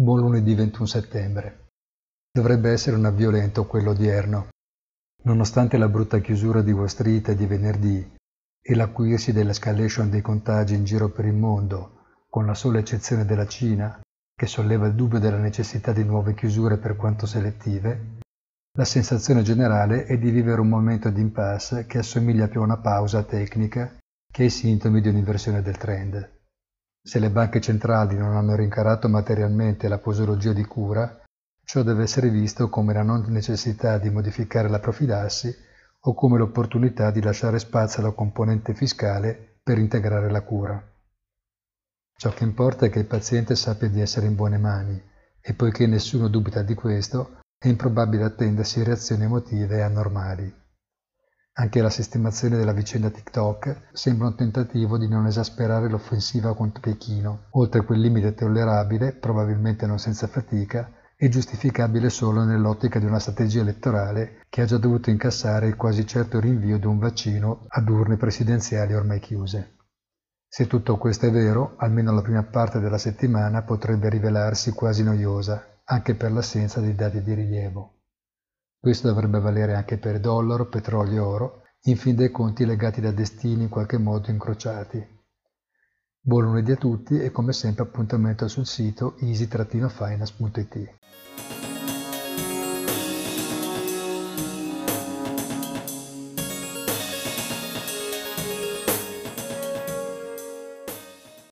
Buon lunedì 21 settembre. Dovrebbe essere un avvio lento quello odierno. Nonostante la brutta chiusura di Wall Street di venerdì e l'acuirsi dell'escalation dei contagi in giro per il mondo, con la sola eccezione della Cina, che solleva il dubbio della necessità di nuove chiusure per quanto selettive, la sensazione generale è di vivere un momento di impasse che assomiglia più a una pausa tecnica che ai sintomi di un'inversione del trend. Se le banche centrali non hanno rincarato materialmente la posologia di cura, ciò deve essere visto come la non necessità di modificare la profilassi o come l'opportunità di lasciare spazio alla componente fiscale per integrare la cura. Ciò che importa è che il paziente sappia di essere in buone mani e poiché nessuno dubita di questo, è improbabile attendersi reazioni emotive anormali. Anche la sistemazione della vicenda TikTok sembra un tentativo di non esasperare l'offensiva contro Pechino, oltre quel limite tollerabile, probabilmente non senza fatica, e giustificabile solo nell'ottica di una strategia elettorale che ha già dovuto incassare il quasi certo rinvio di un vaccino ad urne presidenziali ormai chiuse. Se tutto questo è vero, almeno la prima parte della settimana potrebbe rivelarsi quasi noiosa, anche per l'assenza di dati di rilievo. Questo dovrebbe valere anche per dollaro, petrolio e oro, in fin dei conti legati da destini in qualche modo incrociati. Buon lunedì a tutti e come sempre appuntamento sul sito easy-finance.it.